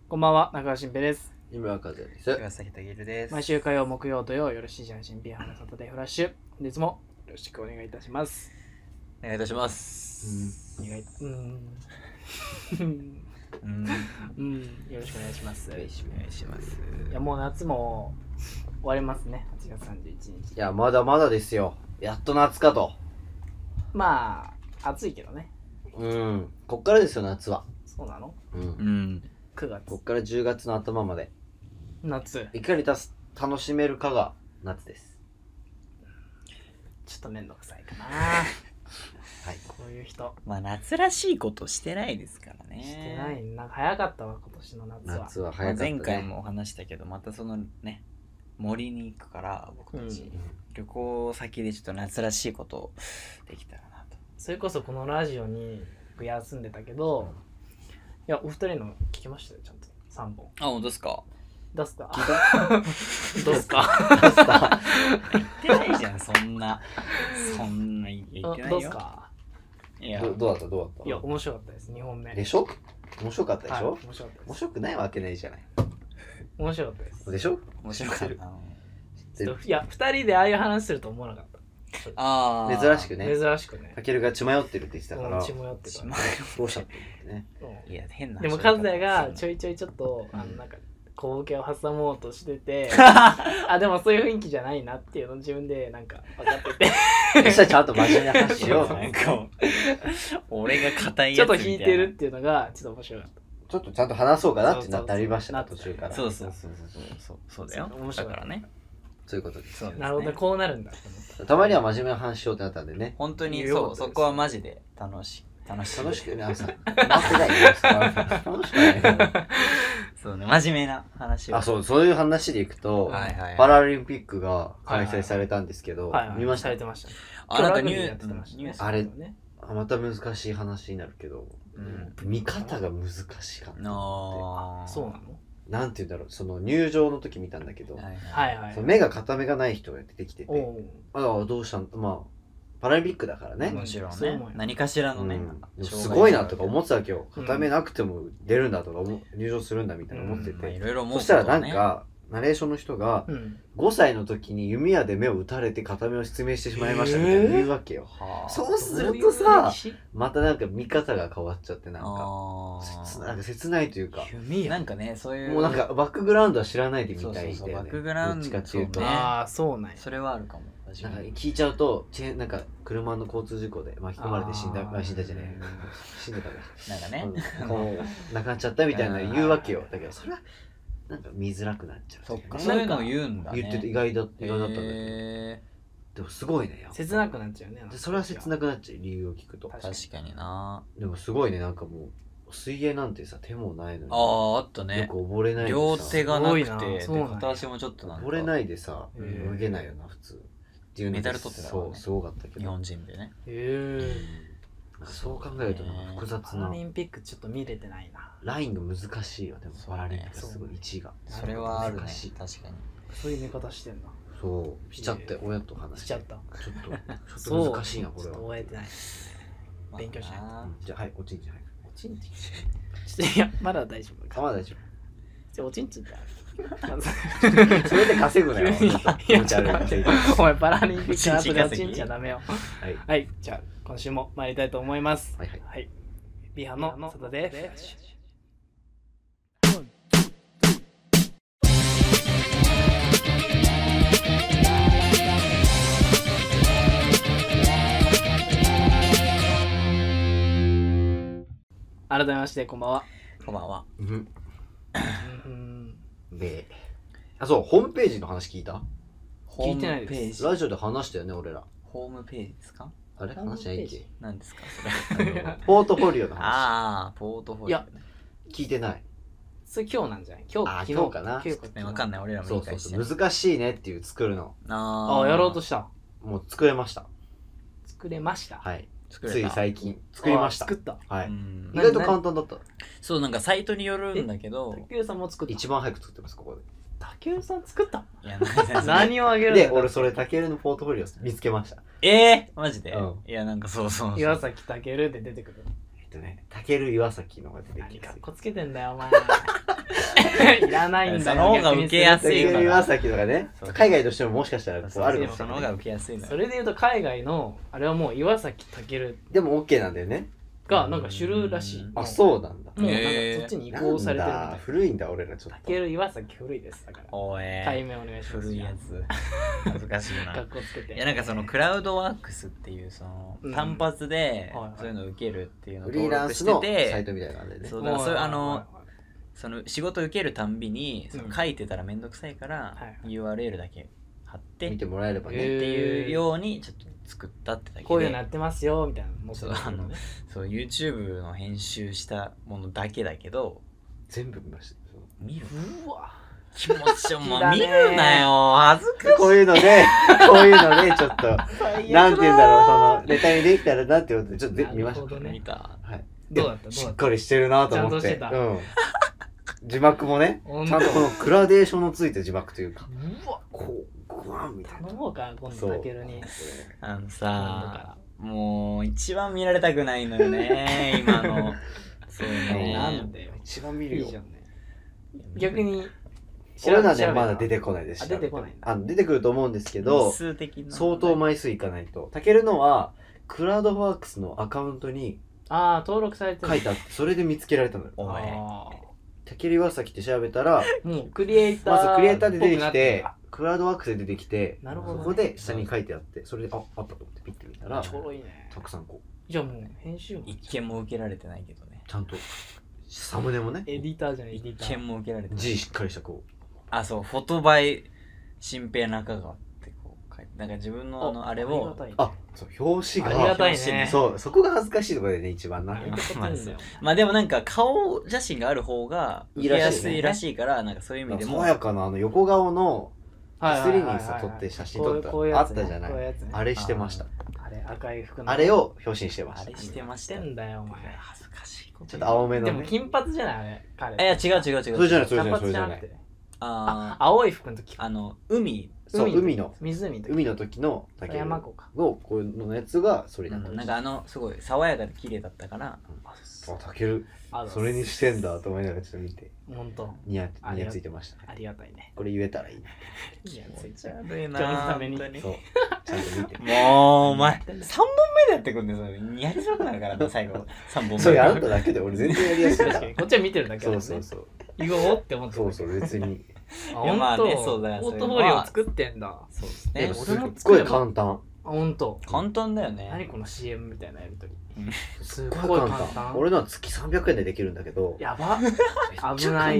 こんばんは、中川新平です。 井村和也です。 岩崎健です。 毎週火曜、木曜、土曜、夜7時の新平のサタデーフラッシュ。本日もよろしくお願いいたします。 お願いいたします。 よろしくお願いします。 お願いします。 いや、もう夏も終わりますね、8月31日。 いや、まだまだですよ。やっと夏かと。 まあ、暑いけどね。 こっからですよ、夏は。 そうなの？ 9 月。 こっから10月の頭まで。 夏。 いかに楽しめるかが夏です。 ちょっとめんどくさいかな。はい、こういう人。 まあ夏らしいことしてないですからね。 してない。なんか早かったわ、今年の夏は。 夏は早かったね。 前回もお話したけど、またそのね、森に行くから僕たち、旅行先でちょっと夏らしいことをできたらなと。 それこそこのラジオに僕休んでたけど、いやお二人の聞きましたよ、ちゃんと3本。 あ、本当ですか？ 出すか？ 聞いた？ どうすか？ 言ってないじゃん、そんな言ってないよ。 どうすか？ いや、 どうだったいや、面白かったです、2本目。 でしょ？面白かったでしょ？ はい、面白かったです。 面白くないわけないじゃない。 面白かったです。 でしょ？ 面白かった。 いや、2人でああいう話すると思わなかった。 ああ。 珍しくね。 珍しくね。 たけるが血迷ってるって言ってたから。 血迷ってた。 どうしたって思ってね。 いや、変な。 でも和也がちょいちょっと、なんか小ボケを挟もうとしててあ、でもそういう雰囲気じゃないなっていうのを自分でなんか分かっててそしたらちゃんと真面目な話しよう。 なんか俺が硬いちょっやつみたいな。 と引いてるっていうのがちょっと面白かった。 ちょっとちゃんと話そうかなってなってありましたね、途中から。 そうだよ。 面白いだからね。 そういうことです。 そうですね。 なるほど、こうなるんだ。 たまには真面目な話しようってなったんでね。 本当にそう、そこはマジで楽しい。 楽しくね、朝。待ってないよ。楽しくないよ。 そうね、真面目な話を。 あ、そういう話でいくと、パラリンピックが開催されたんですけど、見ました？ されてました。 あ、なんかニュースあれ、また難しい話になるけど、見方が難しかった。 そうなの？ なんて言うんだろう、その入場の時見たんだけど、 目が片目がない人が出てきてて、ああ、どうしたん？まあ、パラリンピックだからね。 もちろんね。何かしらのね。 すごいなとか思ってたわけよ。片目なくても出るんだとか入場するんだみたいな思ってて。そしたらなんか、ナレーションの人が、5歳の時に弓矢で目を撃たれて片目を失明してしまいましたみたいな言うわけよ。そうするとさ、またなんか見方が変わっちゃって、なんか切ないというか。 なんかね、そういう。 もうなんかバックグラウンドは知らないでみたいだよね。 バックグラウンドどっちかっていうと。 ああ、そうなんや。 それはあるかも。 なんか聞いちゃうと、なんか車の交通事故で巻き込まれて死んだじゃねえ。死んでたね。 なんかね。 こう、亡くなっちゃったみたいな言うわけよ。だけど、それは、なんか見づらくなっちゃう。 そっか、そういうのを言うんだね。 言ってて意外だったんだけど。でもすごいね。 切なくなっちゃうね。 それは切なくなっちゃう、理由を聞くと。 確かにな。 でもすごいね、なんかもう、水泳なんてさ、手もないのに。 あったね。 よく溺れないでさ。 両手がなくて、片足もちょっとなんか。 溺れないでさ、泳げないよな、普通。 メダル取ってたそう、すごかったけど。 日本人でね。 そう考えると複雑な。 パラリンピックちょっと見れてないな。 ラインが難しいよ、でもパラリンピックすごい位置が。 それはあるね、確かに。 そういう見方してんだ。 そうしちゃって親と話しちゃった。 ちょっと難しいなこれは。 覚えてない。勉強しない。 じゃあはい、おちんちんはい。 おちんちん。いや、まだ大丈夫。 まだ大丈夫。 じゃあおちんちんってある。 それで稼ぐなよ。 お前パラリンピックの後でおちんちんはダメよ。はい、じゃあ今週も参りたいと思います。はい。ビハのサタデーフラッシュ。改めましてこんばんは。 こんばんは。 あ、そう、ホームページの話聞いた？ 聞いてないです。 ラジオで話したよね、俺ら。 ホームページですか？ あれ話しないっけ？ 何ですかそれ。 ポートフォリオの話。 ああ、ポートフォリオ。いや、 聞いてない。 それ今日なんじゃない？今日かな。 わかんない、俺らも理解して。 難しいねっていう作るの。 あ、やろうとした。 もう作れました。 作れました。 はい。つい最近作りました。 作った。 はい。意外と簡単だった。 そう、なんかサイトによるんだけど。 竹内さんも作った。 一番早く作ってます、ここで。 竹内さん作った？ いや、 何をあげる？ で、俺それ竹内のポートフォリオ見つけました。 マジで？いや、なんかそう。 岩崎竹内って出てくる。 竹内岩崎のが出てきて。 かっこつけてんだよ、お前。 いらないんだよ。 その方が受けやすいから。 岩崎とかね、海外としてももしかしたらこうあるかもしれない。 その方が受けやすいのよ。 それで言うと海外のあれはもう岩崎健でも OK なんだよね。 がなんか主流らしい。 あ、そうなんだ。 もうなんかそっちに移行されてるみたいな。 古いんだ俺らちょっと。 健岩崎古いですだから。 おい。 対面お願いします。 古いやつ。恥ずかしいな。 格好つけて。 いやなんかそのクラウドワークスっていうその単発でそういうのを受けるっていうのを登録してて、 サイトみたいなのでね。 そうだそうその仕事受けるたんびにその書いてたらめんどくさいから URL だけ貼って見てもらえればねっていうようにちょっと作ったってだけで、 こういうのやってますよみたいなのそうYouTube の編集したものだけだけど全部見ました。 見る。 うわ気持ちも見るなよ恥ずかしい。 こういうのでちょっとなんて言うんだろう、そのネタにできたらなってことでちょっと見ました。 見た。 はい。 どうだった？ しっかりしてるなと思って。 ちゃんとしてた。 うん。字幕もね、ちゃんとこのグラデーションのついた字幕というか、こうグワンみたいな。 頼もうか今度たけるに。 さもう一番見られたくないのよね今の。そうね。 なんでよ。 一番見るよ。 逆に俺らねまだ出てこないです。 出てこない。 出てくると思うんですけど、相当枚数いかないと。たけるのはクラウドワークスのアカウントに登録されてる。 書いてあってそれで見つけられたのよ。 お前。 たける岩崎って調べたら、 もうクリエイター。 まずクリエイターで出てきて、クラウドワークスで出てきて、 なるほど、 そこで下に書いてあって、それであったと思ってピッて見たら、 ちょろいね。 たくさんこう。 じゃあもう編集も一件も受けられてないけどね。 ちゃんとサムネもね。 エディターじゃない、エディター。 一件も受けられてない。 字しっかりしたこう。 あ、そう、フォトバイ新平中川ってこう書いて、なんか自分のあれを、 そう、表紙が。 ありがたいね。 そう、そこが恥ずかしいところでね、一番な。 まあでもなんか顔写真がある方が受けやすいらしいから、なんかそういう意味でも。 爽やかな横顔の薬にさ、撮って写真撮ったあったじゃない。あれしてました。 あれ、赤い服の。 あれを表紙にしてました。 あれしてましたんだよ、お前。 恥ずかしいこと。 ちょっと青めの。 でも金髪じゃないあれ、彼。 いや、違う。 それじゃない、それじゃない。 青い服の時。 海の時の山子かのこういうのやつがそれだった。 なんかすごい爽やかで綺麗だったからたけるそれにしてんだと思いながらちょっと見て本当ニヤついてました。 ありがたいね。 これ言えたらいいな。 ニヤついちゃうな。 ためにそうちゃんと見て。 もうお前3本目でやってくんねん。やりづらくなるからな最後3本目。 それあんただけで俺全然やりやすいから。 こっちは見てるだけだね。 そう行こうって思ってそう別に。 まあね、そうだよ。ポートフォリオ作ってんだ。 そうですね。 俺もすっごい簡単。 本当。 簡単だよね。 何この CM みたいなやりとり。 すっごい簡単。俺のは月300円でできるんだけど。 やば。危ないって。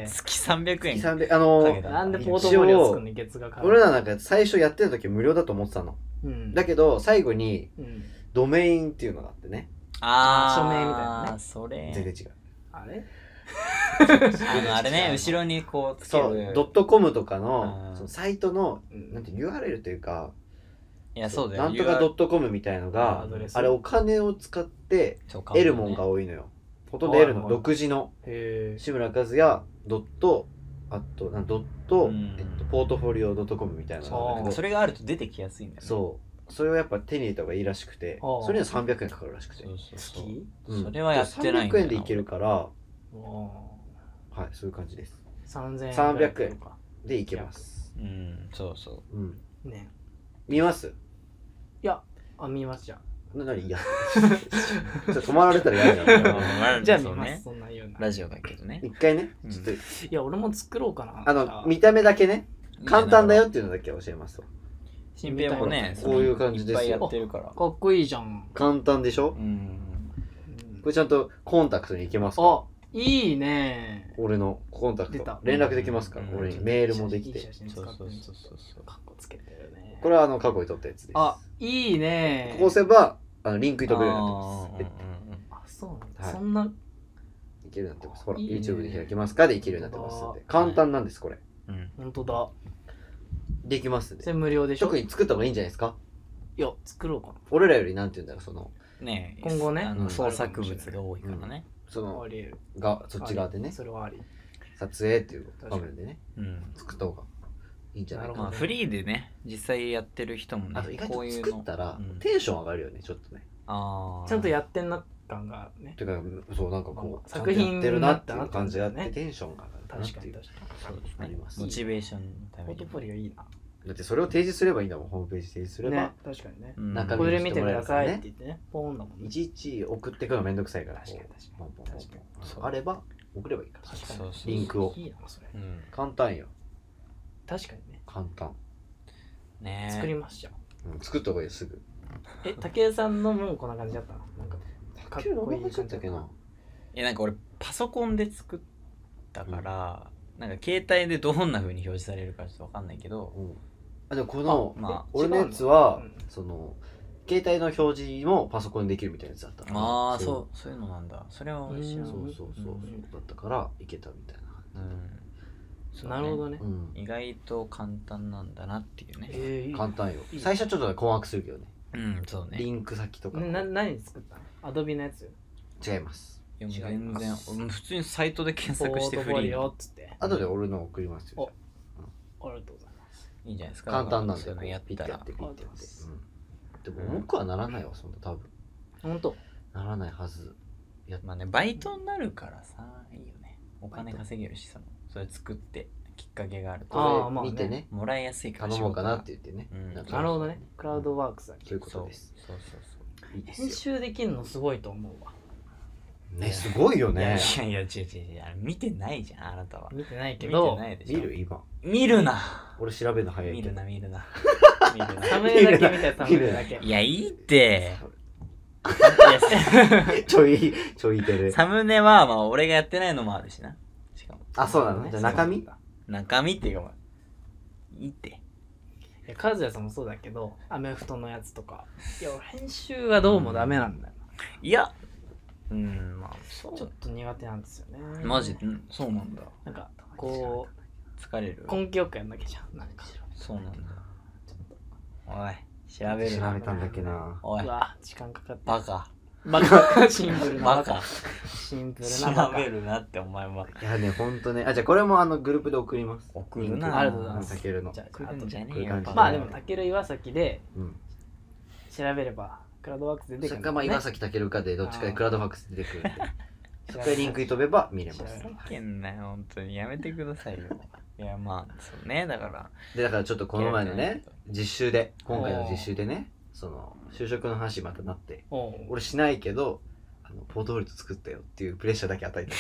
月300円。 なんでポートフォリオ作るのに月がかかる。 俺らなんか最初やってた時無料だと思ってたの。だけど最後にドメインっていうのがあってね。 署名みたいなね。 それ。 全然違う。 あれ？ あれね、後ろにこうつけるドットコムとかのサイトのなんて URL というか、 いやそうだよ。 なんとかドットコムみたいのがあれお金を使って得るもんが多いのよ。ほとんど得るの独自の志村和也ドットあとドットポートフォリオドットコムみたいなのなんだけど、 それがあると出てきやすいんだよね。 それをやっぱ手に入れた方がいいらしくて、それには300円かかるらしくて。 月？それはやってないんだ。 300円でいけるから、はい、そういう感じです。 300 円でいけます。 そう。 ね。 見ます？ いや、見ますじゃん。 何いや。止まられたら嫌だな。じゃあ見ます。そんな言うな。 ラジオだけどね。 一回ね、ちょっと。 いや、俺も作ろうかな。 見た目だけね、簡単だよっていうのだけ教えますと。 新平もね、 こういう感じですよ。いっぱいやってるから。 かっこいいじゃん。 簡単でしょ？これちゃんとコンタクトに行けますか？ いいね。 俺のコンタクト連絡できますから、俺にメールもできて。 そう。かっこつけてるね。 これは過去に撮ったやつです。 いいね。 ここ押せばリンクに飛べるようになってます。そうなんだ。そんな。 いけるようになってます。ほら、YouTube で開けますかでいけるようになってますんで。簡単なんです、これ。 本当だ。 できますね。 それ無料でしょ？ 特に作った方がいいんじゃないですか？ いや、作ろうかな。 俺らよりなんて言うんだろう、その。 ね今後ね。 創作物が多いからね。 そっち側でね。 それはあり。 撮影っていう場面でね。作った方がいいんじゃないかな。 フリーでね、実際やってる人もね。 あと意外と作ったらテンション上がるよね、ちょっとね。 ちゃんとやってんなっ感がね。 てかそうなんかこう作品やってるなっていう感じでやってテンションが上がるなっていう。 確かにそうですね。 あります。 モチベーションのために。 ポートフォリオいいな。 だってそれを提示すればいいんだもん。ホームページ提示すれば。 確かにね。 中これ見てくださいって言ってね。ポーンだもんね。 いちいち送ってくるのめんどくさいから。 確かにあれば送ればいいから。 確かに。 リンクを。 いいなそれ。 簡単よ。 確かにね。 簡単。 ね。 作りますじゃん。 作った方がいいすぐ。 武井さんのもこんな感じだったの？なんかかっこいい感じだっけな。 いやなんか俺パソコンで作ったから、なんか携帯でどんな風に表示されるかちょっとわかんないけど、 でもこの俺のやつはその携帯の表示もパソコンでできるみたいなやつだったから。 ああそういうのなんだ。それは美味しいな。 そうだったからいけたみたいな。 なるほどね。 意外と簡単なんだなっていうね。 簡単よ。最初ちょっと困惑するけどね。 そうね。 リンク先とか。 何作ったの？アドビのやつ？ 違います。 全然普通にサイトで検索してフリー。 後で俺の送りますよ。 ありがとうございます。 いいんじゃないですか。 簡単なんでやったら。 でも重くはならないわそんな多分。 本当？ ならないはず。 まあねバイトになるからさいいよね。お金稼げるしそれ作ってきっかけがあると見てねもらいやすいから頼もうかなって言ってね。 なるほどね。クラウドワークスだ。 そういうことです。 そう編集できるのすごいと思うわ。 ねすごいよね。 いや違う見てないじゃんあなたは。 見てないけど見る今。 見るな。 俺調べるの早い。 見るな。 サムネだけ見たらサムネだけ。 いやいいって。 ちょいてる。 サムネはまあ俺がやってないのもあるしな。しかも。 あそうなの。じゃあ中身っていうかいいって。 カズヤさんもそうだけどアメフトのやつとかいや編集はどうもダメなんだよ。 いやまあそうちょっと苦手なんですよね。 マジそうなんだ。 なんかこう疲れる根気よくやんなきゃじゃん。何かそうなんだ。おい調べたんだっけな。 おい時間かかってバカシンプルなバカシンプルなバカ。 調べるなってお前は。 いやねほんとね。じゃあこれもグループで送ります。 送るな。 ありがとうございます。 たけるの。 じゃあまあでもたける岩崎で調べればクラウドワークス出てくる。 まあ岩崎たけるかでどっちかでクラウドワークス出てくるんで。そこでリンクに飛べば見れます。 ふざけんなよ本当にやめてくださいよ。いやまあそうねだからちょっとこの前のね今回の実習でねその就職の話またなって俺しないけどポートフォリオ作ったよっていうプレッシャーだけ与えて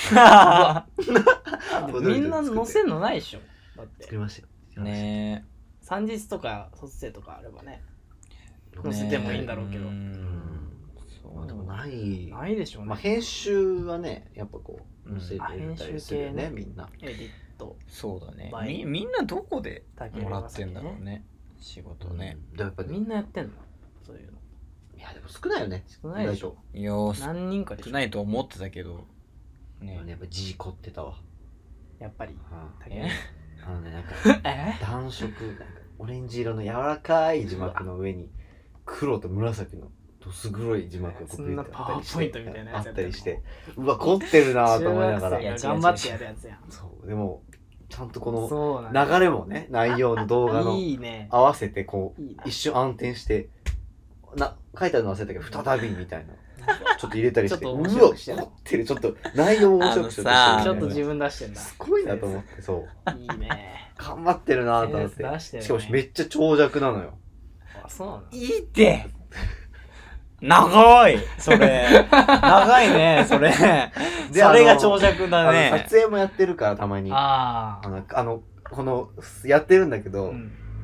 みんな載せんのないでしょ。だって作りましたよね。 三実とか卒生とかあればね載せてもいいんだろうけど。 でもないでしょうね。 まあ編集はねやっぱこう載せてたりするよねみんな。 エディット。 そうだね。みんなどこでもらってんだろうね仕事ね。 みんなやってんのそういうの。 いやでも少ないよね。 少ないでしょ。 いや何人かで少ないと思ってたけどね。やっぱ字凝ってたわ。 やっぱり。 なんか暖色オレンジ色の柔らかい字幕の上に黒と紫のどす黒い字幕がそんなパワーポイントみたいなやつあったりして、うわ凝ってるなと思いながら頑張ってやるやつやん。 そうでもちゃんとこの流れもね内容の動画の合わせてこう一瞬暗転して書いてあるの忘れたけど再びみたいなちょっと入れたりして、うわ凝ってるちょっと内容面白くしようとしてるちょっと自分出してんだ。 すごいなと思ってそういいね。 頑張ってるなと思ってしかもめっちゃ長尺なのよ。 あそうなの。 いいって長いそれ長いねそれそれが長尺だね。 撮影もやってるからたまにこのやってるんだけど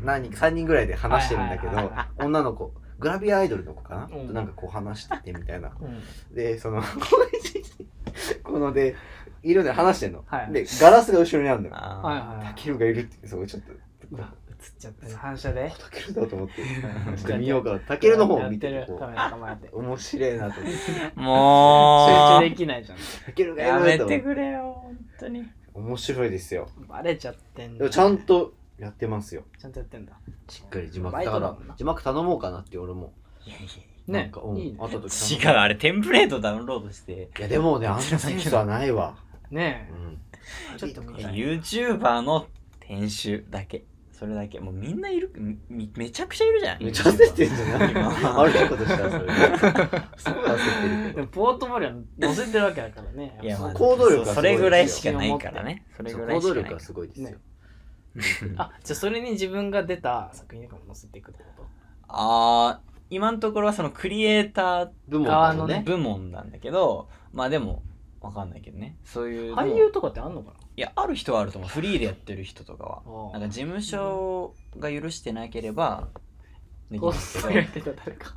3人ぐらいで話してるんだけど女の子グラビアアイドルの子かななんかこう話しててみたいなでそのこのでいるんで話してんのでガラスが後ろにあるんだよ。タケルがいるってそうちょっと映っちゃって反射でタケルだと思ってちょっと見ようかな。タケルの方を見てる面白いなと思ってもう集中できないじゃん。 タケルがやめてくれよ本当に面白いですよ。 バレちゃってんだ。ちゃんとやってますよ。 ちゃんとやってんだ。 しっかり字幕だから字幕頼もうかなって俺もねいいね。 違うあれテンプレートダウンロードして。 いやでもねあんなセンスはないわ。 ねえ。 ちょっと YouTuber の編集だけ。 それだけ。もうみんないる、めちゃくちゃいるじゃん。 めっちゃ焦ってんじゃないあることしたらそれ。すごい焦ってるけど。 でもポートフォリオ載せてるわけだからね。 いや、まあ、 行動力はそれぐらいしかないからね。それぐらいしかない。 行動力はすごいですよ。 あ、じゃあそれに自分が出た作品とかも載せていくってこと？ 今のところはそのクリエイター側のね、部門なんだけど、まあでも、わかんないけどね。そういう。 俳優とかってあんのかな？ いや、ある人はあると思う。フリーでやってる人とかは。なんか事務所が許してなければ、 できますけど。やってた誰か。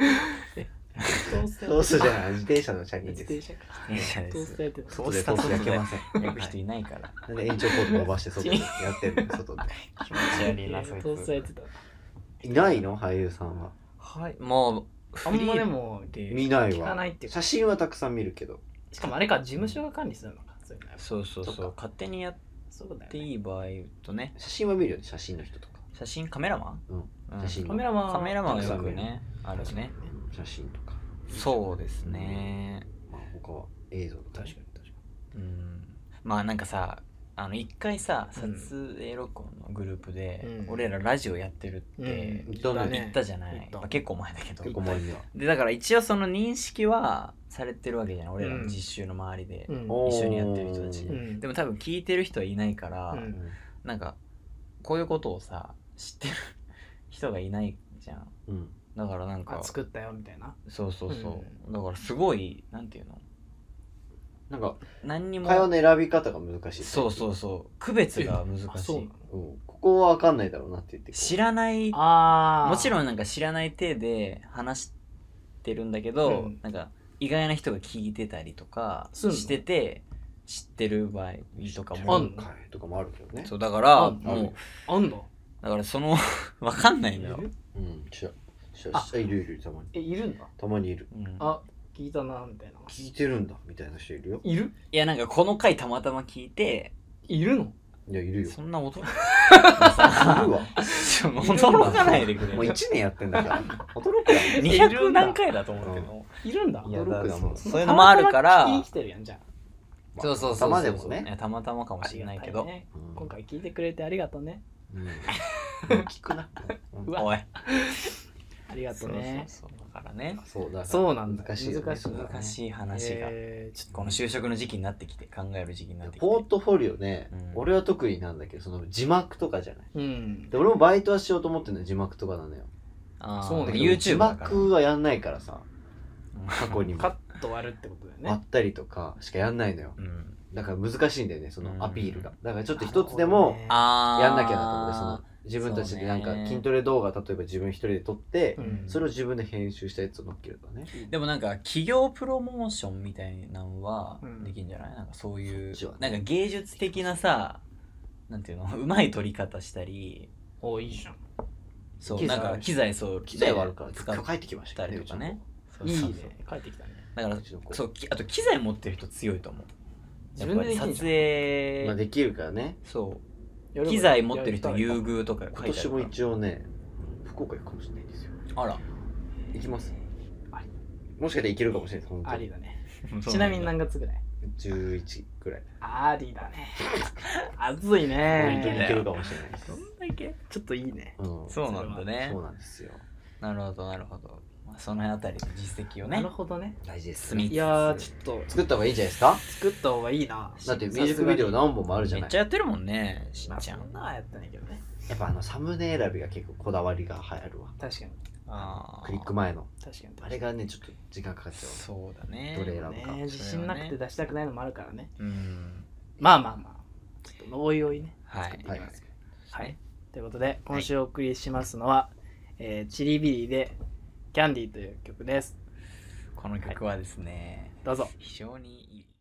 トースじゃない、自転車の車輪です。 自転車です。 トースト焼けません。 焼く人いないから。 なんで延長コード伸ばして外でやってるの外で。 気持ち悪いな、そいつ。 トースやってた。 いないの俳優さんは。 はい、もう、 あんまでも見ないわ。 聞かないっていうか。 写真はたくさん見るけど。 しかもあれか、事務所が管理するのか。 そうそうそう。勝手にやっていい場合とね。 写真は見るよね、写真の人とか。 写真カメラマン？ うん。写真カメラマンはよくね、あるね。 写真とか。 そうですね。 まあ他は映像とか。 確かに。 まあなんかさ、一回さ、撮影録音のグループで、俺らラジオやってるって言ったじゃない。結構前だけど。 結構前には。 で、だから一応その認識はされてるわけじゃない。俺らの実習の周りで一緒にやってる人たち。でも多分聞いてる人はいないから、なんか、こういうことをさ、知ってる人がいないじゃん。だからなんか。 作ったよみたいな。 そうそうそう。だからすごい、なんていうの？ なんか何にも会話の選び方が難しい。 そうそうそう。区別が難しい。 ここは分かんないだろうなって言って。 知らない。もちろんなんか知らない体で話してるんだけど、なんか意外な人が聞いてたりとかしてて、知ってる場合とかも。 とかもあるけどね。 そうだからもうあんの？ だからその分かんないのよ。 いるたまに。 いるんだ。 たまにいる。 あ、聞いたなみたいな。 聞いてるんだみたいな人いるよ。 いる？ いやなんかこの回たまたま聞いているの？ いやいるよ。 そんな驚く。いるわ。 驚かないでくれ。 もう1年やってんだから。驚くやん。 200何回だと思うけど。 いるんだ。 驚くだもん。 そういうのもあるから。 聞きてるやんじゃん。 そうそうそう。 たまでもね。 たまたまかもしれないけど。 今回聞いてくれてありがとうね。 聞くな。 おい。 ありがとうね。 だからね。 そうなんだ。 難しい話が。この就職の時期になってきて考える時期になってきて。 ポートフォリオね、俺は特になんだけど、その字幕とかじゃない。で、俺もバイトはしようと思ってるの字幕とかなのよ。 そうね。YouTube 字幕はやんないからさ。過去にも。 カット割るってことだよね。 割ったりとかしかやんないのよ。だから難しいんだよね、そのアピールが。だからちょっと一つでもやんなきゃなと思って、その自分たちでなんか筋トレ動画例えば自分一人で撮って、それを自分で編集したやつを載っけるとね。 でもなんか企業プロモーションみたいなのはできるんじゃない？なんかそういうなんか芸術的なさ、なんていうの、うまい撮り方したり。 お、いいじゃん。 そうなんか機材はあるから使って帰ってきましたりとかね。 いいね、帰ってきたね。 だからそうあと機材持ってる人強いと思う。 自分で撮影まあできるからね。 そう機材持ってる人優遇とか書いてあるから。 今年も一応ね福岡行くかもしれないんですよ。 あら行きます。もしかしたら行けるかもしれない。本当にありだね。ちなみに何月ぐらい ？11ぐらい。 ありだね。暑いね。 本当に行けるかもしれないです。 そんだけちょっといいね。 そうなんだね。 そうなんですよ。 なるほどなるほど。その辺りの実績をね。 なるほどね。 大事です。 いやちょっと作った方がいいんじゃないですか？ 作った方がいいな。 だってミュージックビデオ何本もあるじゃない。 めっちゃやってるもんね。しんちゃん。 そんなやったんやけどね。 やっぱサムネ選びが結構こだわりが入るわ。 確かに。 クリック前の。 確かに。 あれがねちょっと時間かかっちゃう。 そうだね。 どれ選ぶか。 自信なくて出したくないのもあるからね。まあ。ちょっとおいおいね。 はい。 はい。ということで今週お送りしますのはチリビリでキャンディーという曲です。 この曲はですね、 どうぞ。 非常にいい。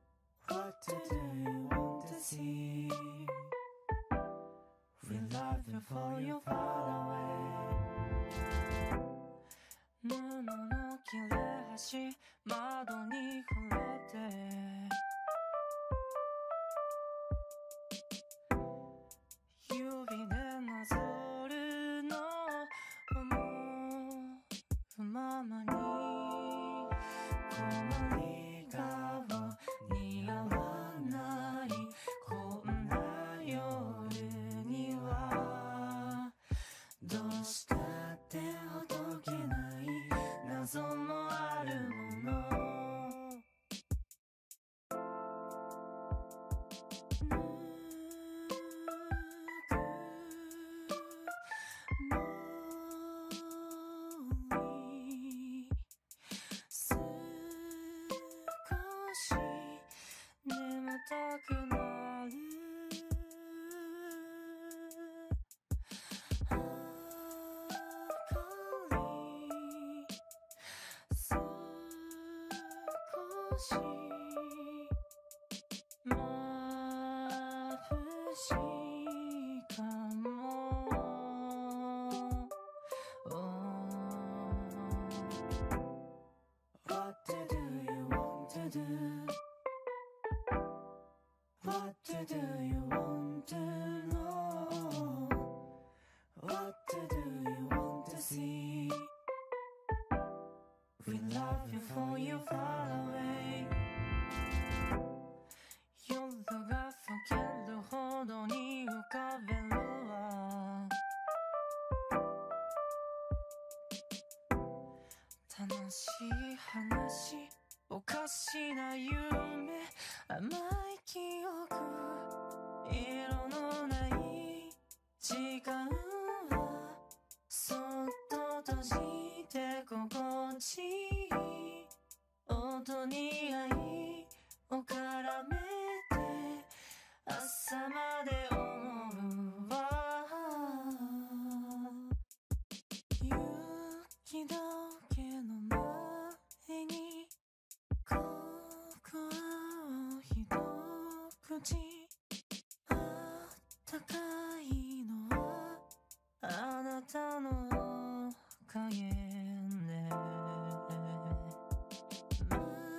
What do you want to see? We love before you fall away 布の切れ端窓に触れて指でなぞるの思うままに困り顔似合わないこんな夜にはどうしたってほどけない謎もあるものたくなる明かり少し眩しいかも、What do you want to do?What do you want to know? What do you want to see? We love you for you far away 夜が更けるほどに浮かべるわ楽しい話おかしな夢甘い記憶色のない時間はそっと閉じて心地いい音に愛を絡めて朝まで思うわ雪解けの前にココアを一口あったかいのはあなたの影ねま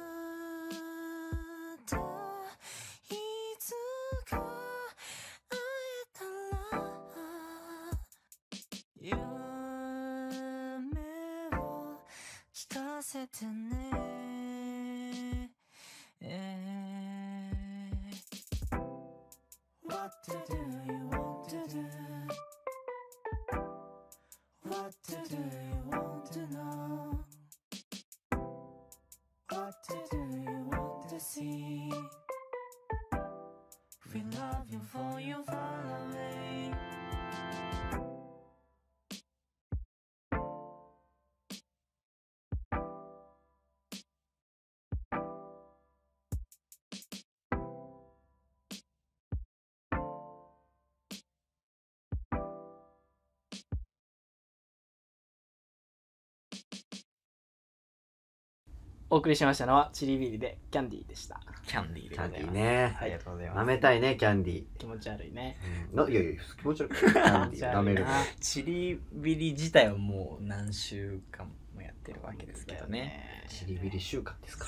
たいつか会えたら夢を聞かせてねWhat do you want to do? What do you want to know? What do you want to see? We love you for you far away お送りしましたのはチリビリでキャンディーでした。 キャンディーでございます。 キャンディーね。 ありがとうございます。 舐めたいね、キャンディー。 気持ち悪いね。 いやいや、気持ち悪い。キャンディー舐める。 チリビリ自体はもう何週間もやってるわけですけどね。 チリビリ週間ですから。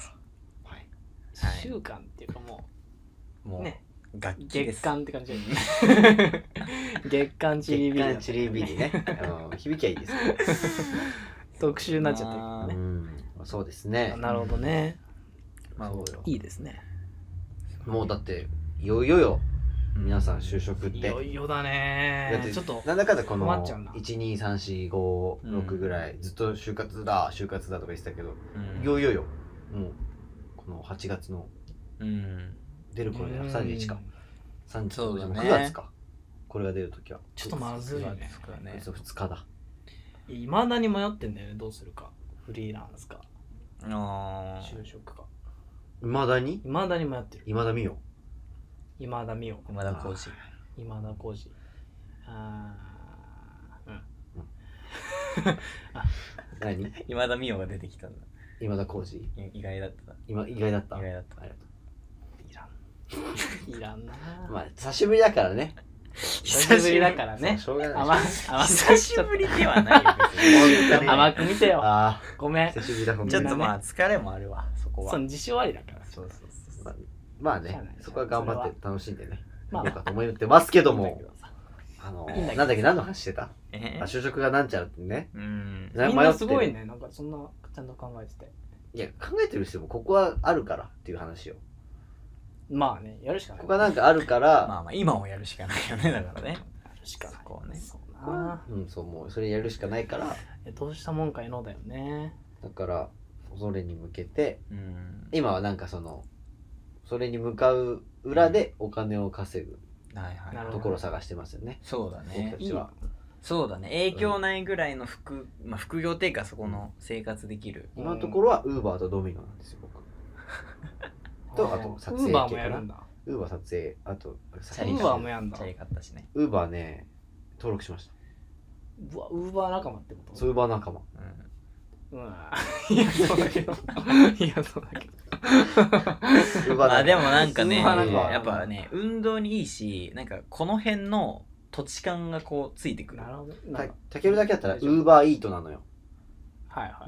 はい。 週間っていうかもうね。 月間って感じだよね。月間チリビリ。 月間チリビリね。響きはいいですね。 特集になっちゃったけどね。 そうですね。 なるほどね。 まあ、 いいですね。 もうだっていよいよよ皆さん就職っていよいよだね。ちょっとなんだかんだこの1234566ぐらいずっと就活だとか言ってたけど、いよいよよもうこの8月の出る頃で31かそうだね、 9月かこれが出るときはちょっとまずいね。 2日だ。 いまだに迷ってんだよね。どうするか、フリーランスか就職か。 いまだに迷ってる。 今田美桜今田耕司何今田美桜が出てきたんだ。 今田耕司意外だった。 意外だった。 ありがとう。 いらんな。 まあ久しぶりだからね。 久しぶりだからね。 しょうがない。 久しぶりではないよ別に。 甘く見てよ。ごめん。 久しぶりだ、ほんちょっとまあ疲れもあるわ、そこは。 そう、自信ありだから。 そうそうそう。 まあね、そこは頑張って楽しんでね。どうかと思ってますけども。なんだっけ、何の話してた？就職がなんちゃうってね。 みんなすごいね、なんかそんなちゃんと考えてて。 いや、考えてる人もここはあるからっていう話を。 まあね、やるしかない。 ここがなんかあるから。 まあ今もやるしかないよね、だからね。 やるしかない。 こうね。 そうな。 そう、もうそれやるしかないから。 どうしたもんかいのだよね。 だから、それに向けて、今はなんかそれに向かう裏でお金を稼ぐところを探してますよね。 そうだね。 僕たちは。 そうだね。影響ないぐらいの副業っていうかそこの生活できる。 今のところはウーバーとドミノなんですよ、僕。と、あと撮影系かな。 ウーバーもやるんだ。 ウーバー撮影、あと、 ウーバーもやんだ。 チャリ買ったしね。 ウーバーね、登録しました。 ウーバー仲間ってこと？ そう、ウーバー仲間。 いや、そうだけど。 まあでもなんかね、やっぱね、運動にいいし、なんかこの辺の土地感がこうついてくる。 なるほど。 たけるだけだったらウーバーイートなのよ。 はいはい。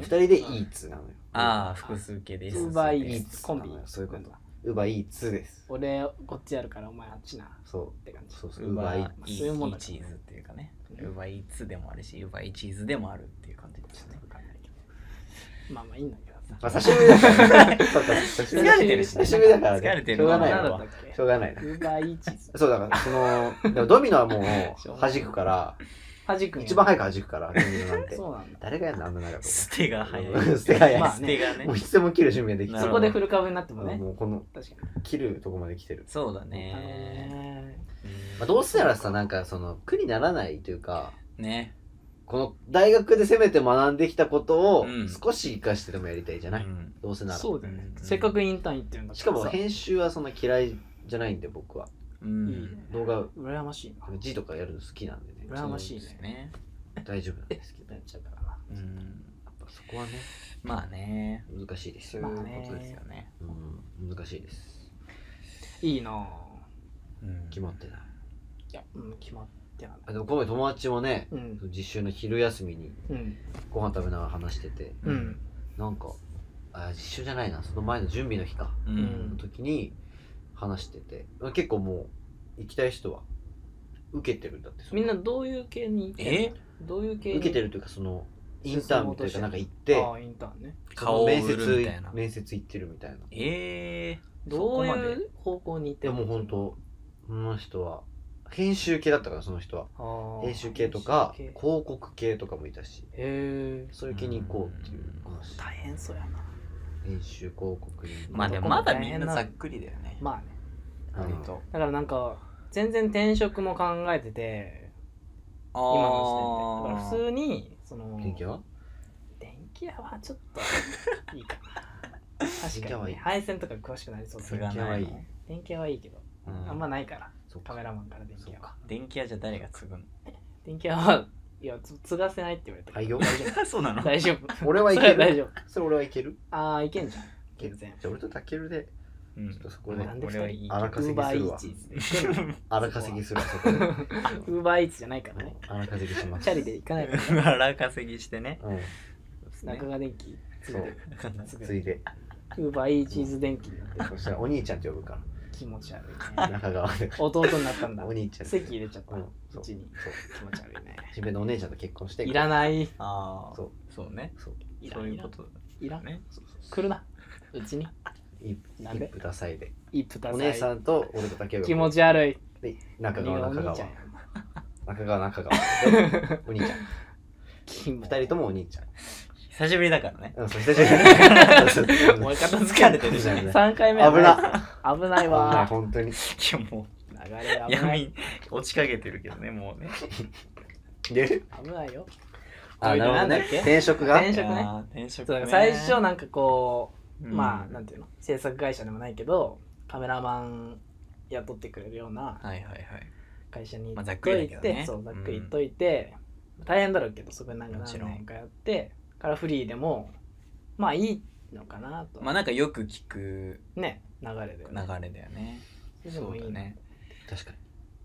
2人でイーツなのよ。 ああ、複数形です。 ウーバーイーツコンビ。 そういうこと。ウーバーイーツです。 俺こっちやるからお前あっちな。 そうって感じ。 そうそう。 ウーバーイーチーズっていうかね。ウーバーイーツでもあるし、ウーバーイーチーズでもあるっていう感じですね。 まあいいんだけどさ。 まあ久しぶりだからね。 疲れてるし。 久しぶりだからね。 疲れてる。 しょうがないわ。 しょうがないな。 ウーバーイーチーズ。 そうだからでもドミノはもう弾くから。一番早く弾くから、ドミノなんて。 そうなんだ。 誰がやるのあんな長く。 捨てが早い。 捨てが早い。 まあ捨てがね。 もういつでも切る準備ができて。 そこでフル株になってもね。 もうこの切るとこまで来てる。 そうだね。 どうせならさ、なんか苦にならないというか。 ね。 この大学でせめて学んできたことを少し活かしてでもやりたいじゃない、どうせなら。 そうだね。せっかくインターン行ってるんだから。 しかも編集はそんな嫌いじゃないんで僕は。動画羨ましいな。 字とかやるの好きなんでね。 羨ましいね。 大丈夫なんですけど。 やっちゃうからな。 やっぱそこはね。 まあね。 難しいですよ。そういうことですよね。 難しいです。 いいな。 決まってない。 いや、決まって。 でもこの前友達もね、実習の昼休みにご飯食べながら話してて、なんか実習じゃないな、その前の準備の日かの時に話してて、結構もう行きたい人は受けてるんだって。 みんなどういう系にどういう系受けてるというかインターンというかなんか行って、 インターンね、 顔を売るみたいな面接行ってるみたいな。 どういう方向に行ってるの？もう本当その人は編集系だったから、その人は編集系とか広告系とかもいたし、そういう系に行こうっていう話。 大変そうやな、 編集広告に。 まあでもまだみんなざっくりだよね。 まあね、だからなんか全然転職も考えてて、今の時点でだから普通に電気屋はちょっといいかな。確かにね、配線とか詳しくなりそうだ。 電気屋はいい。 電気屋はいいけど、あんまないから。カメラマンから電気屋は。 電気屋じゃ誰が継ぐの？ 電気屋はいや継がせないって言われた。 はいよ。 そうなの？ 大丈夫。 俺はいける。 大丈夫。 それ俺はいける？ いけんじゃん。全然。 じゃあ俺とタケルでちょっとそこで荒稼ぎするわ。荒稼ぎするわそこで。 ウーバーイーツじゃないからね。 荒稼ぎします。 チャリで行かないから。 荒稼ぎしてね。 中川電機ついで。 ウーバーイーチーズ電機。 そしたらお兄ちゃんって呼ぶから。 気持ち悪いね。 中川で。 弟になったんだ。 お兄ちゃん。 席入れちゃった。うちに。気持ち悪いね。 自分のお姉ちゃんと結婚して。 いらない。 そうね。そういうことだ。 いらね。来るな。うちに。 一夫多妻で。 お姉さんと俺とだけが。 気持ち悪い。 で、中川。中川で、お兄ちゃん。二人ともお兄ちゃん。 久しぶりだからね。 久しぶり。 もう片付かれてるじゃん。 3回目危ないわ。 本当に。 いやもう流れ闇落ちかけてるけどね、もうね。 危ないよ。 なるほどね。転職が。 転職ね。最初なんかこう、まあなんていうの、制作会社でもないけどカメラマン雇ってくれるような会社に行っといて、そうざっくり言っといて、大変だろうけどそこでなんか何年かやってからフリーでもまあいいのかなと。 まあなんかよく聞くね流れだよね。 流れだよね。 それでもいいね。 確かに。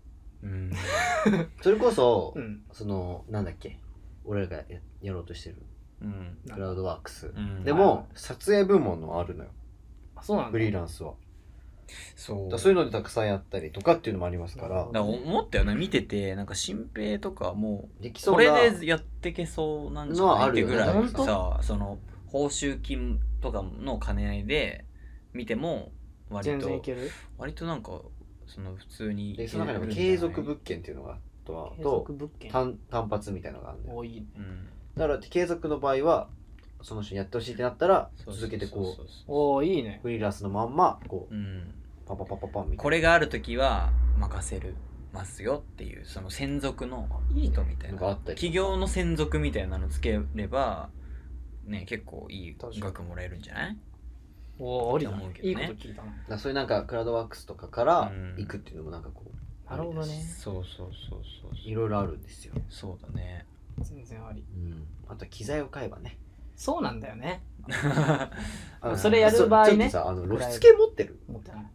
それこそ、そのなんだっけ俺らがやろうとしてるクラウドワークスでも撮影部門のあるのよ。 そうなんだ。 フリーランスはそういうのでたくさんやったりとかっていうのもありますから。だから思ったよね、見てて、なんか新平とかもうこれでやってけそうなんじゃないってぐらいさ、その報酬金とかの兼ね合いで見ても割となんかその普通にで、その中でも継続物件っていうのがと単発みたいなのがあるんだよ。だから継続の場合はその人にやってほしいってなったら続けてこういいね、 フリーランスのまんまこうパパパパパンみたいな、 これがあるときは任せるますよっていう、その専属の人みたいな、企業の専属みたいなのつければね、結構いい額もらえるんじゃない？ ありだね。いいこと聞いたな。そういうなんかクラウドワークスとかから行くっていうのもなんかこう、 なるほどね。 そういろいろあるんですよ。 そうだね。 全然あり。 あと機材を買えばね。 そうなんだよね。それやる場合ね。 ちょっとさ、露出系持ってる？ 持ってない。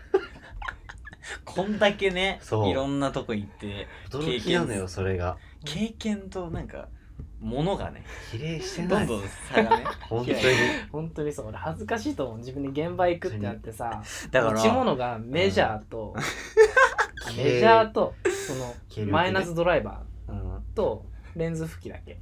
こんだけね、いろんなとこ行って驚きなのよ、それが。 経験となんか物がね、 比例してない。 どんどん差がね。 本当にそう。俺恥ずかしいと思う。自分で現場行くってなってさ、持ち物がメジャーとそのマイナスドライバーとレンズ拭きだけ。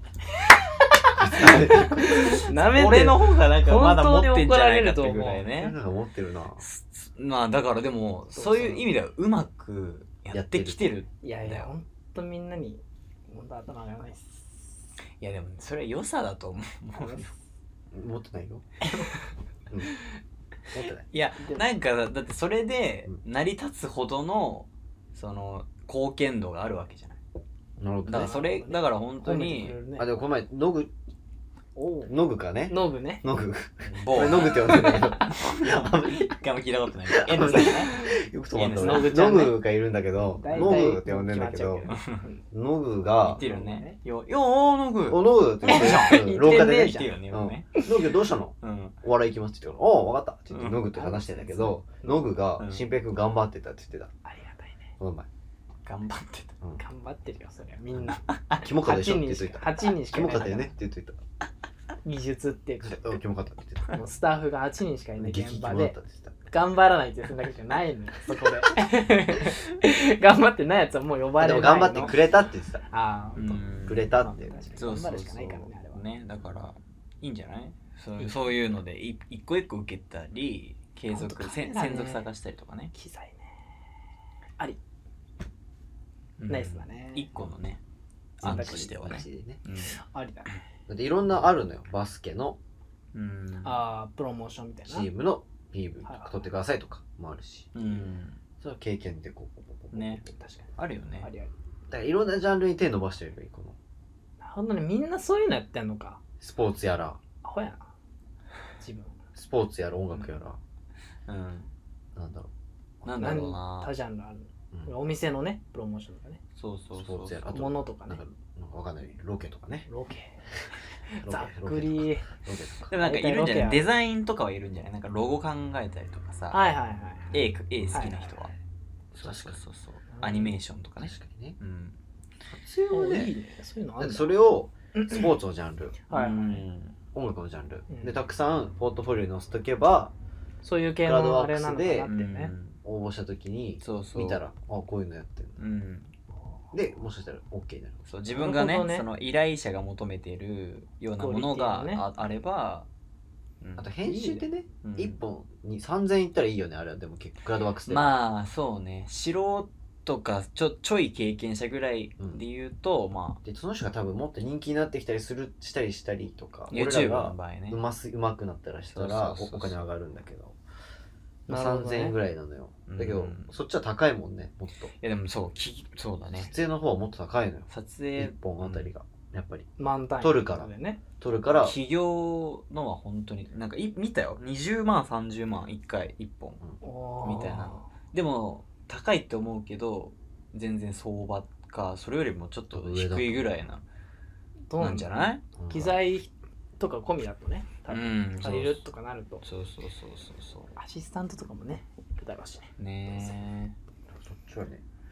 俺の方がなんかまだ持ってんじゃないかってぐらいね。 なんか持ってるな。 まあだからでもそういう意味ではうまくやってきてる。 いやいや、ほんとみんなに本当頭がないっす。 いやでもそれは良さだと思う。持ってないよ。持ってない。 いやなんかだってそれで成り立つほどのその貢献度があるわけじゃない。 なるほど。 だからそれだから本当に。 あ、でもこの前ノグかね。 ノグね。 ノグって呼んでんだけど。 一回も聞いたことない。N さんね。 よく止まったノグがいるんだけど、ノグって呼んでんだけど、ノグが。 言ってるね。よノグ。 ノグって言ってる。廊下でね。ノグどうしたの？お笑い行きますって言ってから、おう分かったって言ってノグって話してんだけど、ノグが新平君頑張ってたって言ってた。 ありがたいね。 この前。 頑張ってた。頑張ってるよ、それはみんな。 キモかでしょって言っといた。 8人しかいない。 キモかだよねって言っといた。 技術っていうか、 キモかったって言ってた。 スタッフが8人しかいない現場で頑張らないって言うだけじゃないのよ、そこで。頑張ってないやつはもう呼ばれないの。 でも頑張ってくれたって言ってた。 ああ、 くれたって。 頑張るしかないからね、あれはね。だからいいんじゃない？そういうので一個一個受けたり継続専属探したりとかね。 機材ね、ありナイスだね。 一個のね案としてはね。 ありだね。 だっていろんなあるのよ。バスケのプロモーションみたいな。 チームの PV 取ってくださいとかもあるし。それは経験でこうね。確かにあるよね。 ありあり。 だからいろんなジャンルに手伸ばしてるよ、この。 なるほどね、みんなそういうのやってんのか。 スポーツやら。 アホやな。自分。 スポーツやら音楽やら。なんだろう。なんだろうな。 多ジャンルある。お店のね、プロモーションとかね。 そうスポーツやら。 物とかね。 なんかわかんない。ロケとかね。 ロケ。ざっくり。 でもなんかいるんじゃない？デザインとかはいるんじゃない？なんかロゴ考えたりとかさ。 はいはいはい。 絵好きな人は。そう。アニメーションとかね。 確かにね。 撮影はね、そういうのあるんだ。 それをスポーツのジャンル、 音楽のジャンルでたくさんポートフォリオに載せとけば、 そういう系のあれなのかなってね。 応募した時に見たら、あ、こういうのやってる。でもしかしたら OK になる。 そう、自分がね、その依頼者が求めているようなものがあれば、 あと編集ってね、1本に3000いったらいいよね、あれは。でも結構クラウドワークスで。 まあそうね、素人かちょい経験者ぐらいで言うと、まあでその人が多分もっと人気になってきたりしたりとか、 YouTube の場合ね、 うまくなったらしたらお金上がるんだけど、3000円ぐらいなのよ。だけどそっちは高いもんね、もっと。いやでもそうだね、 撮影の方はもっと高いのよ。 撮影 1本あたりがやっぱり満単位撮るから企業のは本当になんか見たよ、20万30万1回1本みたいな。でも高いって思うけど全然相場かそれよりもちょっと低いぐらいなんじゃない？ 機材とか込みだとね、多分借りるとかなると、 そうアシスタントとかもねいるだろうしね。 ねえ、 そっちはね、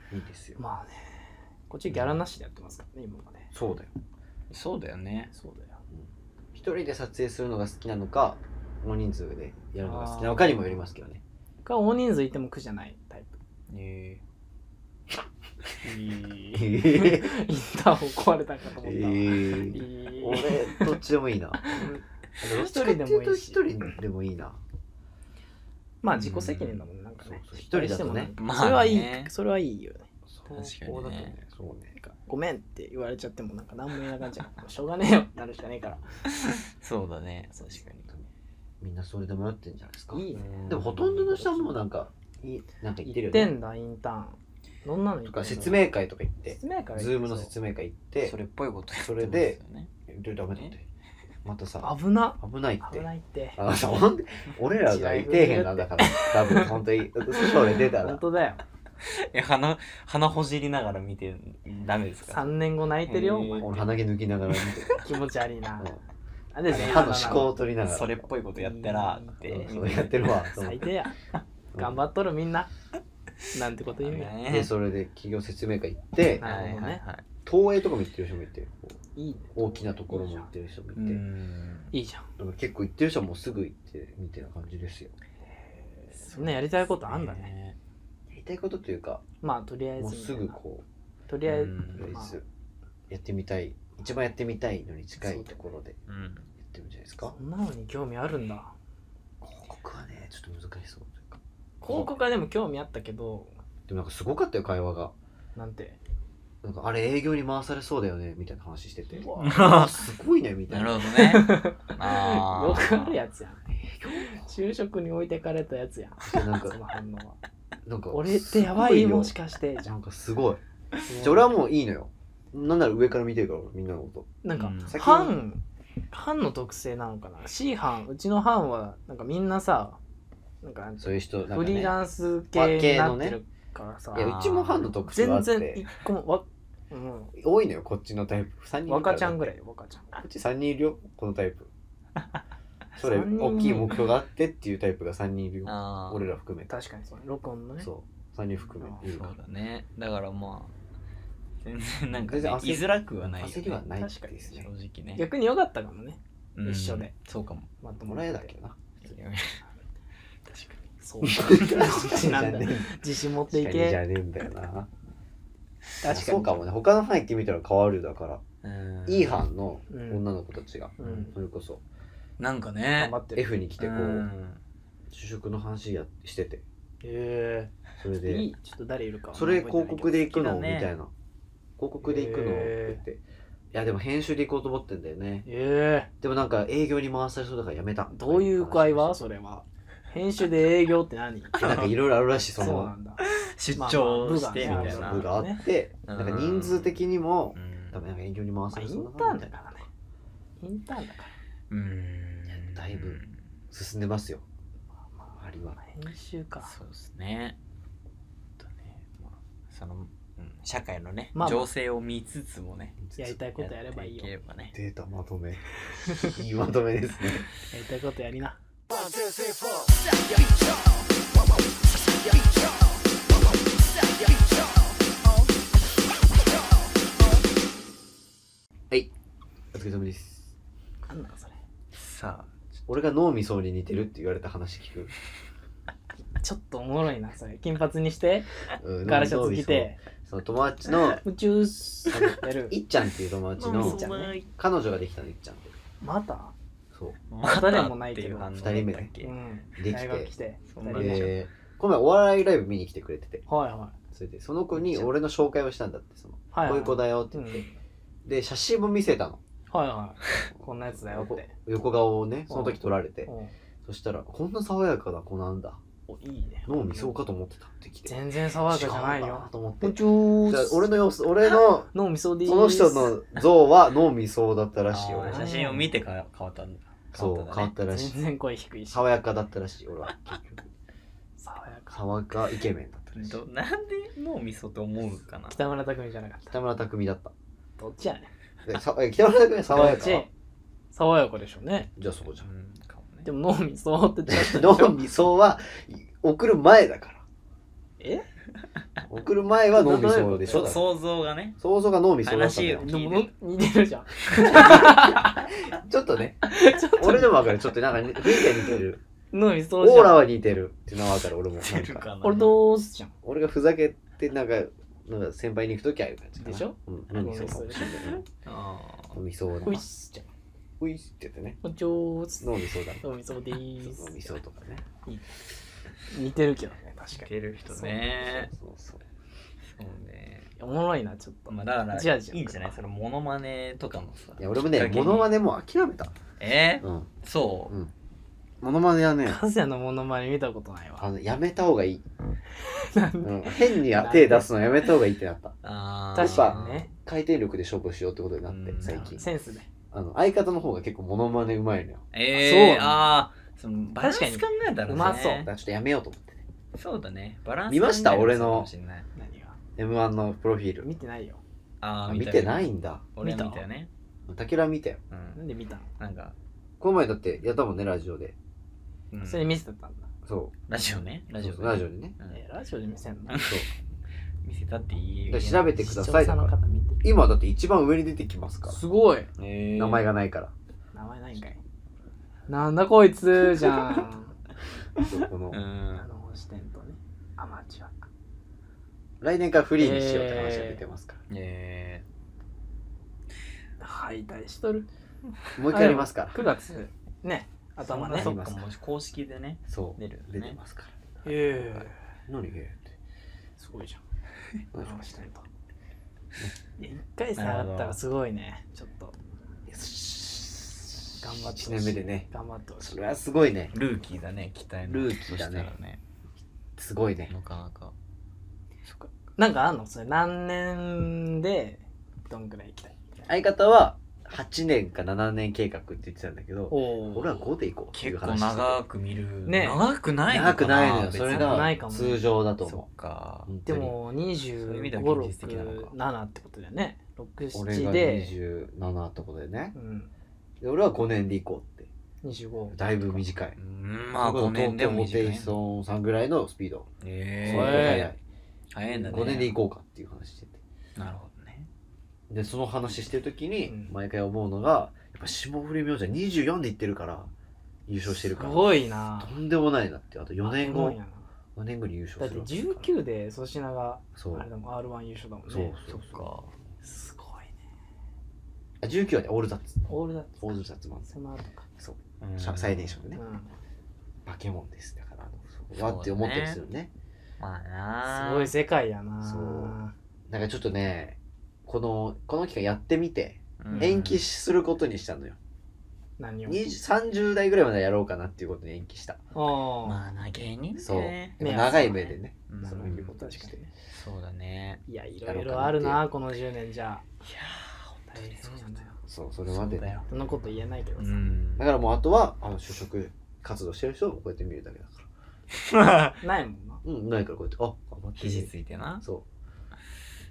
いいですよ。 まあね、こっちギャラなしでやってますからね、今まで。 そうだよ。 そうだよね。 そうだよ。 一人で撮影するのが好きなのか、大人数でやるのが好きなのかにもよりますけどね。 大人数いても苦じゃないタイプ。インターホン壊れたかと思った。 俺どっちでもいいな。 一人でもいいし。 一人でもいいな。 まあ自己責任だもんね、なんかね。 一人だとね。 それはいい、それはいいよね。 確かにね。 そうね。 ごめんって言われちゃってもなんか何も言えな感じじゃん。しょうがねえよってなるしかねえから。 そうだね。確かに。 みんなそれで迷ってんじゃないですか。 いいね。 でもほとんどの人はもうなんか言ってるよね。 言ってんだ、インターン。どんなの言ってんの？ 説明会とか行って、 ズームの説明会行って、 それっぽいことやってそれで、ダメだって。またさ、 危ないって。 危ないって。 俺らがいてへんなんだから、多分本当に、それ出たら。 本当だよ。 鼻ほじりながら見てダメですか？ 3 年後泣いてるよ。 俺鼻毛抜きながら見てる。 気持ち悪いな。 歯の思考を取りながら。 それっぽいことやったらって。 やってるわ。 最低や。頑張っとるみんな。なんてこと言うや。で、それで企業説明会行って、東映とかも行ってる人もいて、大きなところも行ってる人もいて。 いいじゃん。 結構行ってる人はもうすぐ行ってみたいな感じですよ。 そんなやりたいことあんだね。 やりたいことというか、 まあとりあえずもうすぐこうとりあえずやってみたい、一番やってみたいのに近いところでやってるんじゃないですか。 そんなのに興味あるんだ。 広告はねちょっと難しそうというか。 広告はでも興味あったけど、 でもなんかすごかったよ会話が。 なんて。 なんかあれ営業に回されそうだよねみたいな話してて、すごいねみたいな。 なるほどね。 よくあるやつやん。就職に置いてかれたやつやん。なんかその反応は。なんか俺ってやばいもしかしてなんかすごい。じゃ俺はもういいのよ。なんなら上から見てるからみんなのこと。 なんか班の特性なのかな。C 班、うちの班はなんかみんなさ、なんかそういう人フリーランス系になってるからさ。 いやうちも班の特性はあって。 全然一個も多いのよこっちのタイプ。3人若ちゃんぐらいよ若ちゃん。 こっち3人いるよこのタイプ。それ大きい目標があってっていうタイプが3人いるよ。俺ら含め。 確かにそう。録音のね。 そう3人含め。 そうだね。だからまあ全然なんか居づらくはないよね。 焦りはないですね。 正直ね。 逆に良かったかもね。一緒で。 そうかも。 まともらえだけどな。 確かに。 そうなんだ。自信持っていけ。 じゃねえんだよな。確かにそうかもね。他の班行ってみたら変わるだから。いい班の女の子たちがそれこそなんかね F に来てこう就職の話してて。それでちょっと誰いるか。 それ広告で行くのみたいな。広告で行くのって言って。いやでも編集で行こうと思ってんだよね。でもなんか営業に回されそうだからやめた。 どういう会話それは。編集で営業って何？ なんかいろいろあるらしい。 そうなんだ。 出張してみたいな部があって、なんか人数的にも多分なんか営業に回されそうだな。 インターンだからね。インターンだから。 だいぶ進んでますよ。ありは。 編集か。 そうですね。その社会のね情勢を見つつもねやりたいことやればいいよ。 データまとめ。いいまとめですね。 やりたいことやりな。 はい、お疲れ様です。 なんだかそれ。 さあ、 俺が脳みそに似てるって言われた話聞く。 ちょっとおもろいなそれ。金髪にしてガラシャツ着て、 その友達の宇宙やるいっちゃんっていう友達の彼女ができたの。いっちゃんって。 また？ そう。 またでもないけど 2人目ね。できて。で、この前お笑いライブ見に来てくれてて。 はいはい。 それでその子に俺の紹介をしたんだって。そのこういう子だよって言って。で写真も見せたの。 はいはい。こんなやつだよって。 横顔をねその時撮られて。そしたらこんな爽やかな子なんだ。 いいね。 脳みそかと思ってたってきて。 全然爽やかじゃないよ。 と思って。じゃあ俺の様子、俺の脳みそでいい。 その人の像は脳みそだったらしいよ。 写真を見て変わったんだ。 そう、変わったらしい。 全然声低いし。 爽やかだったらしい、俺は結局。 爽やかイケメンだったらしい。 なんで脳みそと思うかな。 北村匠海じゃなかった。 北村匠海だった。 どっちやねん。北村匠海は爽やか。 爽やかでしょうね。 じゃあそうじゃん。 でも脳みそって脳みそは送る前だから。 送る前は脳みそでしょ。 想像がね。 想像が脳みそだったんだよ。 でも似てるじゃん。 ちょっとね。俺でも分かる。ちょっとなんか雰囲気が似てる。 脳みそオーラは似てるっていうのは分かる。俺も。 俺どうすじゃん。 俺がふざけてなんか先輩に行くときはああいう感じでしょ。 脳みそかもしれない。脳みそだ。 ういっすじゃん。 ういっすって言ってね。 お上手。 脳みそだ。 脳みそでーす。 脳みそとかね。 似てるけどね、確かに。 似てる人ね。 そうね。 おもろいな、ちょっと。 まあだからいいんじゃない？そのモノマネとかもさ。 いや俺もね、モノマネも諦めた。 そう。 モノマネはね、 カズヤのモノマネ見たことないわ。 やめた方がいい。変に手出すのやめた方がいいってなった。 確かにね。 回転力で勝負しようってことになって最近。 センスね。 相方の方が結構モノマネうまいのよ。 そう。バランス考えたらね。 うまそう。 だからちょっとやめようと思ってね。 そうだね。バランス見ました俺の何が M1 のプロフィール。 見てないよ。 見てないんだ。 俺見たよね。 たけるは見たよ。 なんで見たの？ なんかこの前だってやったもんね、ラジオで。 それ見せてたんだ。 そう。 ラジオね。 ラジオでね。 ラジオで見せんの？ そう。 見せたっていい。 調べてください。今だって一番上に出てきますから。 すごい。 名前がないから。 名前ないんかい。なんだこいつじゃん。 この視点とね、アマチュア。 来年からフリーにしようって話が出てますから。 敗退しとる。 もう一回やりますから。 9月ね、頭ね。 そっか、もし公式でね、 出てますから。何ってすごいじゃん。視点と。1回戦あったらすごいね、ちょっと。頑張って 1年目でね。 頑張ってほしい。 それはすごいね。 ルーキーだね、期待の。 ルーキーだね。すごいね。 なかなか。 なんかあんの？それ何年でどんくらい行きたい？ 相方は8年か7年計画って言ってたんだけど、俺は5で行こうっていう話。 結構長く見る。 ね、 長くないのかな？長くないのよ。それが通常だと思う。 そっか。 でも25、6、7ってことだよね。6、7で。 俺が27ってことだよね。で俺は5年で行こうって。 25。 だいぶ短い。 まあ5年でも短い。 ホテイソンさんぐらいのスピード。 早いんだね。 5年で行こうかっていう話してて。 なるほどね。 でその話してる時に毎回思うのが、やっぱ霜降り明星は24で行ってるから優勝してるから。 すごいな。 とんでもないなって。あと4年後。4年後に優勝する。 だって19で粗品があれだもん R1 優勝だもんね。 そうか。すごいね。 19はねオールザッツ。 オールザッツマン。 その後か。 そう。最年少でね。バケモンです。だからわって思ったりするね。 まあな。 すごい世界やな。 そう。なんかちょっとね、この期間やってみて延期することにしたのよ。 何を ？30代ぐらいまでやろうかなっていうことに延期した。 まあな、芸人そう長い目でね、そういうことにして。 そうだね。 いや、いろいろあるな、この10年じゃ。いやー、大変そうなんだよ。 そう、それまでね。 そんなこと言えないけどさ。 だからもうあとは就職活動してる人をこうやって見るだけだから。ないもんな。 ないからこうやって、頑張って肘ついてな。 そう。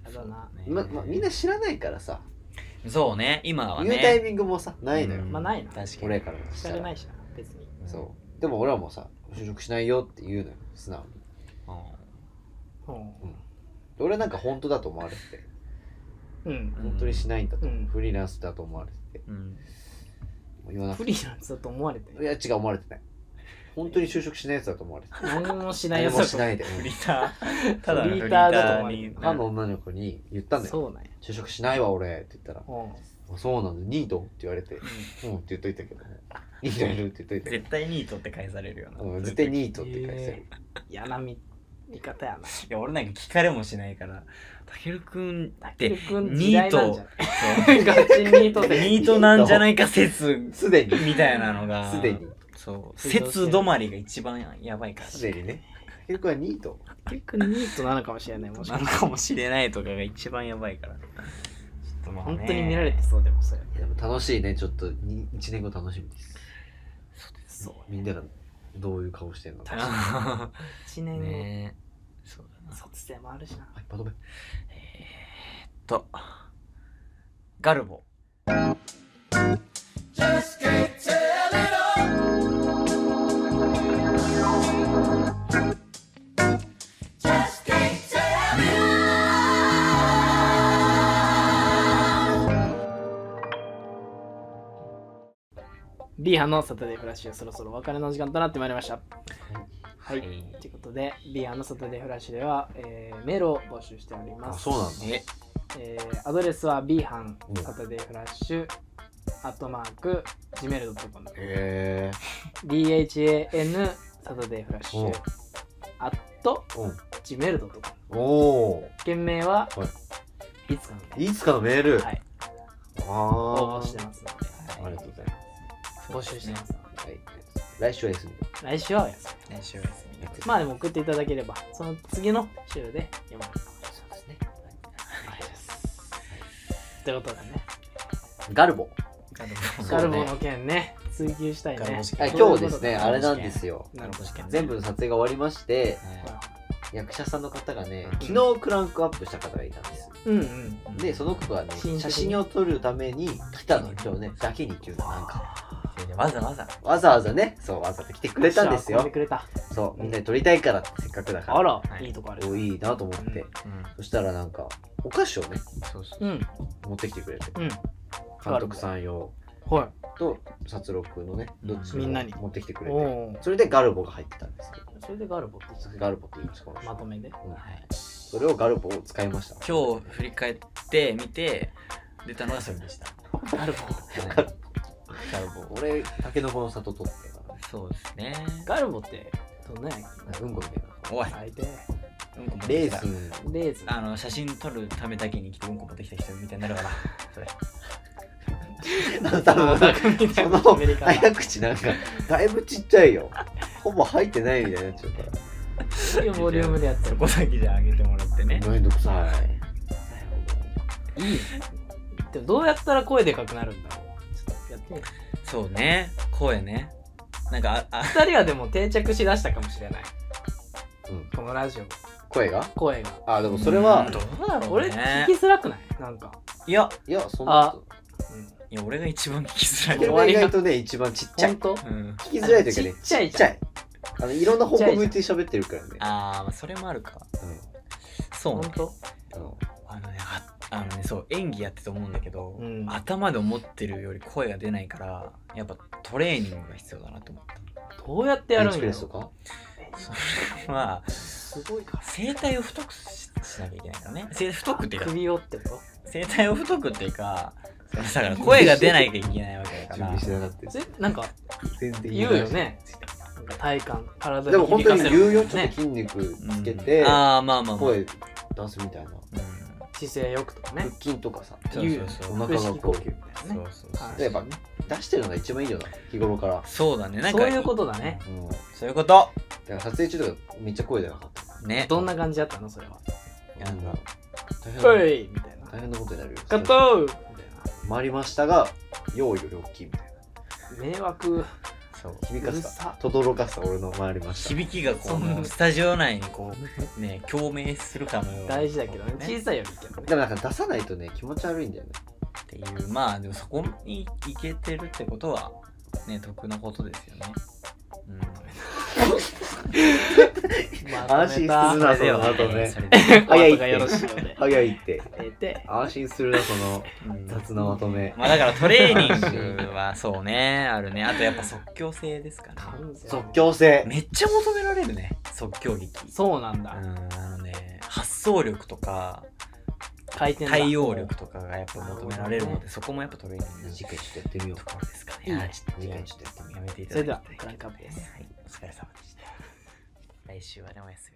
だな。 みんな知らないからさ。 そうね、今はね。 言うタイミングもさ、ないのよ。 まあないな。 確かに。 俺からしたらないしな、別に。 そう。でも俺はもうさ、就職しないよって言うのよ、素直に。俺なんか本当だと思われてて。本当にしないんだと。フリーランスだと思われてて。 フリーランスだと思われて。 いや、違う、思われてない。本当に就職しないやつだと思われてる。 何もしないやつだと思われてる。 フリーター。ただフリーターだと思われてる。 ファンの女の子に言ったんだよ。 そうなんや。 就職しないわ俺って言ったら、そうなんだ、ニートって言われて、って言っといたけど、ニートいるって言っといたけど。 絶対ニートって返されるよな。 絶対ニートって返される。 嫌な見方やな。いや、俺なんか聞かれもしないから、たけるくんってニート。 ガチニートってニートなんじゃないか説すでにみたいなのが。 すでに。 そう説止まりが一番やばいから。 すでにね。結構はニート。 結構ニートなのかもしれない。 なのかもしれないとかが一番やばいから。 本当に見られてそうでもそれ。 でも楽しいね。ちょっと1年後楽しみです。 そうです。 みんながどういう顔してんのか。 1年後。 そうだな。 卒生もあるしな。 はい、まとめ。 ガルボ。 B 班のサタデーフラッシュ、そろそろお別れの時間となってまいりました。はい、ということで B 班のサタデーフラッシュでは、メールを募集しております。 そうなんだね。 アドレスは B 班サタデーフラッシュ@gmail.com BHAN サタデーフラッシュ@gmail.com 件名は、いつかのメール、 はい、応募してますので、 ありがとうございます。 募集してますので、 来週は休み。 来週は休み。まあでも送っていただければその次の週で読まれるかもしれない。そうですね。はい。ということでね、 ガルボの件ね、追求したいね。 今日ですね、あれなんですよ。全部の撮影が終わりまして、役者さんの方がね、昨日クランクアップした方がいたんです。で、その子がね、写真を撮るために来たの、今日ね、だけにっていうのなんか。わざわざね、そう、わざわざ来てくれたんですよ。そう、みんなで撮りたいからってせっかくだから。 あら、いいとこある。 いいなと思って。そしたらなんか、お菓子をね、持ってきてくれて。監督さん用と殺戮のね、どっちも持ってきてくれて、それでガルボが入ってたんですけど。 それでガルボって言いました。 まとめで。 それをガルボを使いました。 今日振り返ってみて出たのがそれでした。 ガルボ。 俺タケノコの里取ってたから。 そうですね。 ガルボってどんなやうんこみたいな。 おい。 うんこレーズン。写真撮るためだけに来てうんこ持ってきた人みたいになるから。それ。 多分その早口なんかだいぶちっちゃいよ。ほぼ入ってないみたいになっちゃうから。 ボリュームでやってる。 ここだけじゃあげてもらってね。 めんどくさい。いい。でもどうやったら声でかくなるんだろう。ちょっとやってみる。 そうね、声ね。なんか 2人はでも定着しだしたかもしれない。このラジオ。 声が。でもそれはどうだろう。 俺聞きづらくない？なんか。 いやそんな。 いや俺が一番聞きづらい。 これは意外とね一番ちっちゃい。聞きづらいというかね、ちっちゃい。いろんな方向向いて喋ってるからね。 まあそれもあるか。そうね。そう演技やってて思うんだけど、頭で思ってるより声が出ないからやっぱトレーニングが必要だなと思った。 どうやってやるんやろ。 ベンチプレスとか。 まあすごいか。声帯を太くしなきゃいけないからね。太くっていうか首をってこと？ 声帯を太くっていうか。だから声が出なきゃいけないわけだから。 なんか言うよね。体幹、体でも本当に言うよ、ちょっと筋肉つけて声出すみたいな。 姿勢よくとかね。 腹筋とかさ、 言うお腹がこうやっぱ出してるのが一番いいよな、日頃から。 そうだね。 そういうことだね。 そういうこと。 だから撮影中とかめっちゃ声出なかった。 ね。どんな感じだったのそれは。 なんかはいみたいな。 大変なことになるよ。 カット。 回りましたが、用意より大きいみたいな。迷惑。 響かせた。轟かせた俺の回りました。 響きがこうスタジオ内にこうね共鳴するかのような。 大事だけどね。小さいよりけどね。 でもなんか出さないとね気持ち悪いんだよね。 っていうまあでもそこに行けてるってことはね得なことですよね。 安心するなその後ね。早いって。安心するなその雑なまとめ。 まあだからトレーニングはそうねあるね。あとやっぱ即興性ですかね。 即興性。 めっちゃ求められるね即興劇。 そうなんだ。 発想力とか対応力とかがやっぱ求められるのでそこもやっぱトレーニング。 次回ちょっとやってみよう。 ところですかね。 次回ちょっとやってみよう。 やめていただきたい。 それではクランクアップです。 はいお疲れ様でした。来週はねお休み。